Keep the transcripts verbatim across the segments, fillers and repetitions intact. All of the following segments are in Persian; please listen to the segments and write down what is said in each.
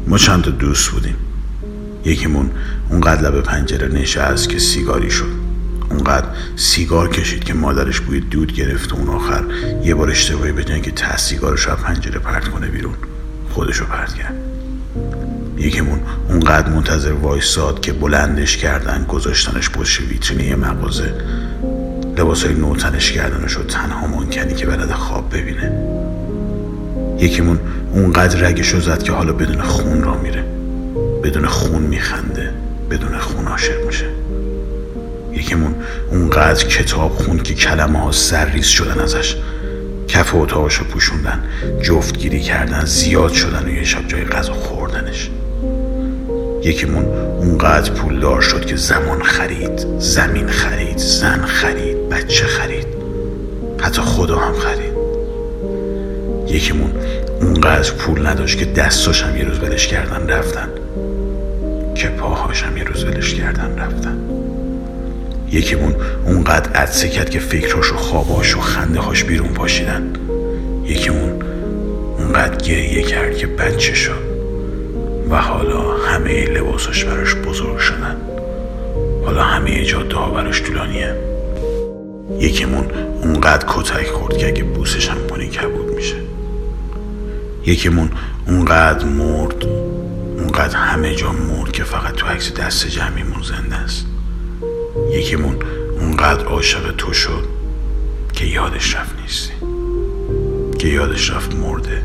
ما چند تا دوست بودیم. یکیمون اونقدر لب پنجره نشست که سیگاری شد، اونقدر سیگار کشید که مادرش بوی دود گرفت و اون آخر یه بار اشتباهی به جای که ته سیگارش از پنجره پرت کنه بیرون، خودشو پرت کرد. یکیمون اونقدر منتظر وایساد که بلندش کردن، گذاشتنش پشت ویترین یه مغازه، لباسای نوتنش کردن و شد تنها منکنی که بلد خواب ببینه. یکیمون اونقدر رگشو زد که حالا بدون خون را میره، بدون خون میخنده، بدون خون عاشق میشه. یکیمون اونقدر کتاب خوند که کلمه ها سرریز شدن ازش، کف اتاقشو پوشوندن، جفتگیری کردن، زیاد شدن و یه شب جای غذا خوردنش. یکیمون اونقدر پولدار شد که زمان خرید، زمین خرید، زن خرید، بچه خرید، حتی خدا هم خرید. یکیمون اونقدر پول نداشت که دستاش هم یه روز ولش کردن رفتن، که پاهاش هم یه روز ولش کردن رفتن. یکیمون اونقدر عطسه کرد که فکرهاش و خوابهاش و خنده هاش بیرون پاشیدن. یکیمون اونقدر گریه کرد که بچه شد و حالا همه لباساش براش بزرگ شدن، حالا همه جاده ها براش طولانیه. یکیمون اونقدر کتک خورد که اگه بوسش هم کنی کبود میشه. یکیمون اونقدر مرد، اونقدر همه جا مرد که فقط تو عکس دست جمعیمون زنده است. یکیمون اونقدر عاشق تو شد که یادش رفت نیستی، که یادش رفت مرده،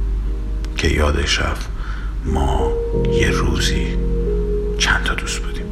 که یادش رفت ما یه روزی چند تا دوست بودیم.